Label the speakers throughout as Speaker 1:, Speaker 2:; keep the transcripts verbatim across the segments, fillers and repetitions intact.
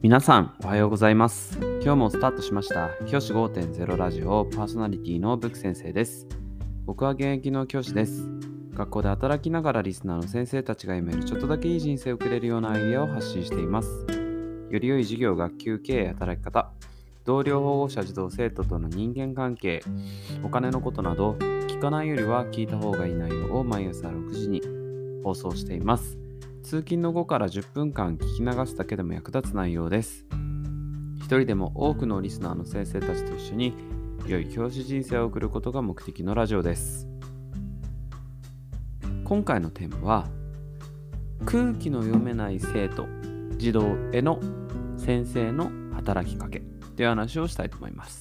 Speaker 1: 皆さんおはようございます。今日もスタートしました教師 ごてんゼロ ラジオパーソナリティのブック先生です。僕は現役の教師です。学校で働きながらリスナーの先生たちが夢るちょっとだけいい人生を送れるようなアイデアを発信しています。より良い授業、学級経営、働き方、同僚、保護者、児童生徒との人間関係、お金のことなど聞かないよりは聞いた方がいい内容を毎朝ろくじに放送しています。通勤の後からじゅっぷんかん聞き流すだけでも役立つ内容です。一人でも多くのリスナーの先生たちと一緒に良い教師人生を送ることが目的のラジオです。今回のテーマは、空気の読めない生徒、児童への先生の働きかけという話をしたいと思います。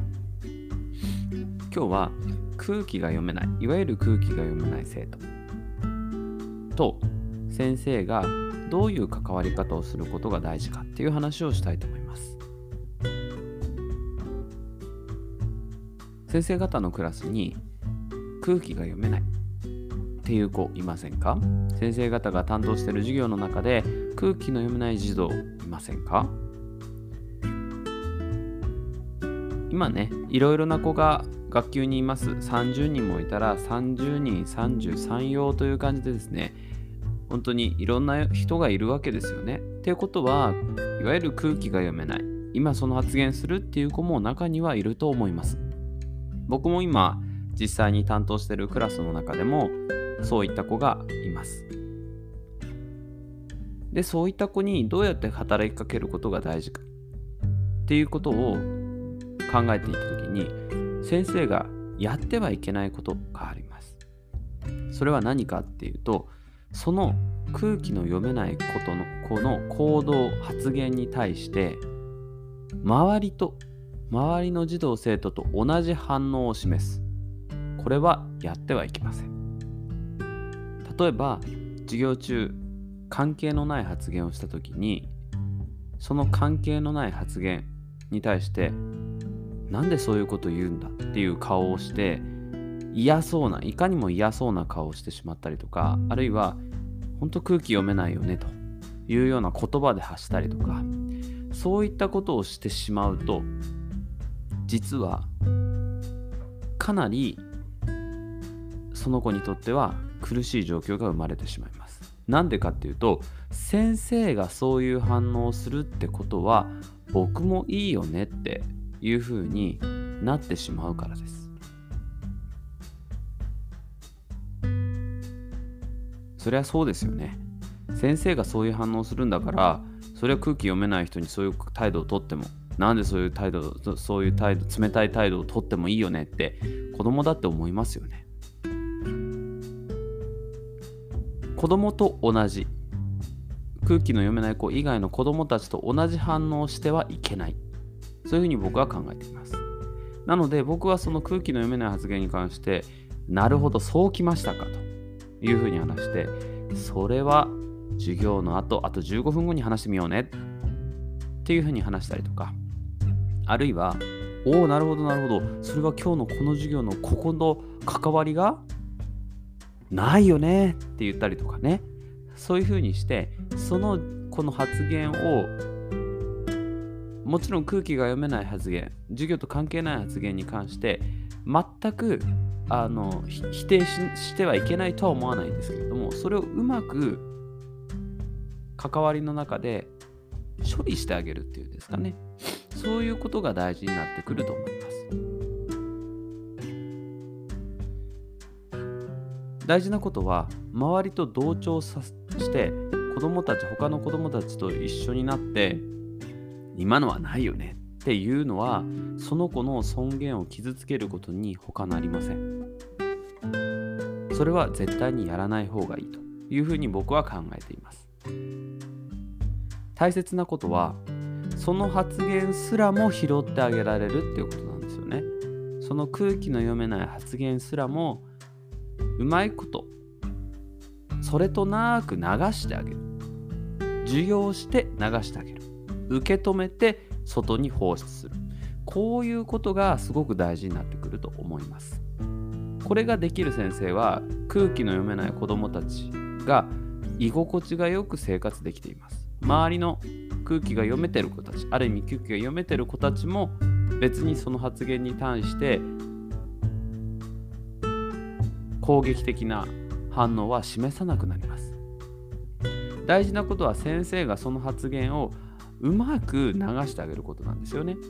Speaker 1: 今日は空気が読めない、いわゆる空気が読めない生徒と先生がどういう関わり方をすることが大事かっていう話をしたいと思います。先生方のクラスに空気が読めないっていう子いませんか？先生方が担当している授業の中で空気の読めない児童いませんか？今ね、いろいろな子が学級にいます。さんじゅうにんもいたらさんじゅうにんさんじゅうさん用という感じでですね、本当にいろんな人がいるわけですよね。っていうことは、いわゆる空気が読めない、今その発言するっていう子も中にはいると思います。僕も今実際に担当しているクラスの中でもそういった子がいます。で、そういった子にどうやって働きかけることが大事かっていうことを考えていったときに、先生がやってはいけないことがあります。それは何かっていうと、その空気の読めないことの子の行動、発言に対して周りと周りの児童生徒と同じ反応を示す。これはやってはいけません。例えば授業中関係のない発言をしたときに、その関係のない発言に対してなんでそういうこと言うんだっていう顔をして嫌そうな、いかにも嫌そうな顔をしてしまったりとか、あるいは本当空気読めないよねというような言葉で発したりとか、そういったことをしてしまうと、実はかなりその子にとっては苦しい状況が生まれてしまいます。なんでかっていうと、先生がそういう反応をするってことは僕もいいよねっていう風になってしまうからです。そりゃそうですよね。先生がそういう反応するんだから、それは空気読めない人にそういう態度をとっても、なんでそういう態度、そういう態度、冷たい態度をとってもいいよねって子供だって思いますよね。子供と同じ、空気の読めない子以外の子供たちと同じ反応をしてはいけない。そういうふうに僕は考えています。なので僕はその空気の読めない発言に関して、なるほどそうきましたかというふうに話して、それは授業の後、あとじゅうごふんごに話してみようねっていうふうに話したりとか、あるいは、おおなるほどなるほど、それは今日のこの授業のここと関わりがないよねって言ったりとかね、そういうふうにしてそのこの発言を、もちろん空気が読めない発言、授業と関係ない発言に関して全くあの否定 し, してはいけないとは思わないんですけれども、それをうまく関わりの中で処理してあげるっていうんですかね、そういうことが大事になってくると思います。大事なことは、周りと同調さして子どもたち、他の子どもたちと一緒になって、今のはないよねっていうのは、その子の尊厳を傷つけることに他なりません。それは絶対にやらない方がいいというふうに僕は考えています。大切なことは、その発言すらも拾ってあげられるっていうことなんですよね。その空気の読めない発言すらもうまいことそれとなく流してあげる、授業をして流してあげる、受け止めて外に放出する、こういうことがすごく大事になってくると思います。これができる先生は、空気の読めない子どもたちが居心地がよく生活できています。周りの空気が読めてる子たち、ある意味空気が読めてる子たちも別にその発言に対して攻撃的な反応は示さなくなります。大事なことは先生がその発言をうまく流してあげることなんですよね。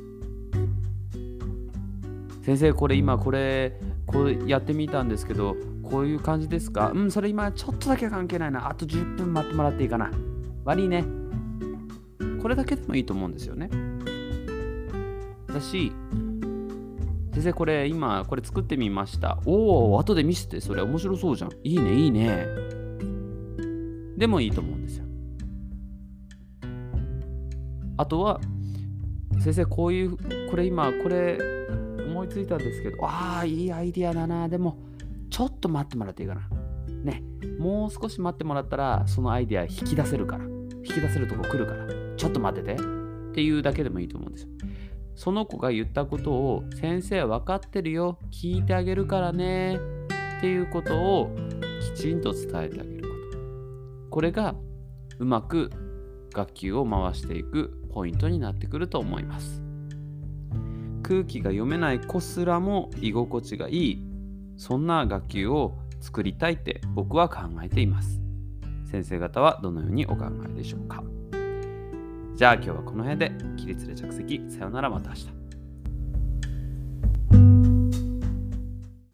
Speaker 1: 先生、これ今これこうやってみたんですけど、こういう感じですか？うん、それ今ちょっとだけ関係ないな。あとじゅっぷん待ってもらっていいかな。悪いね。これだけでもいいと思うんですよね。だし、先生これ今これ作ってみました。おお、後で見せて。それ面白そうじゃん。いいね、いいね。でもいいと思うんですよ。あとは、先生こういう、これ今これ思いついたんですけど、ああ、いいアイディアだな。でも、ちょっと待ってもらっていいかな。ね、もう少し待ってもらったら、そのアイディア引き出せるから。引き出せるとこ来るから。ちょっと待ってて。っていうだけでもいいと思うんですよ。その子が言ったことを、先生は分かってるよ。聞いてあげるからね。っていうことをきちんと伝えてあげること。これがうまく学級を回していくポイントになってくると思います。空気が読めない子すらも居心地がいい、そんな学級を作りたいって僕は考えています。先生方はどのようにお考えでしょうか。じゃあ今日はこの辺で。起立で着席。さよなら、また明日。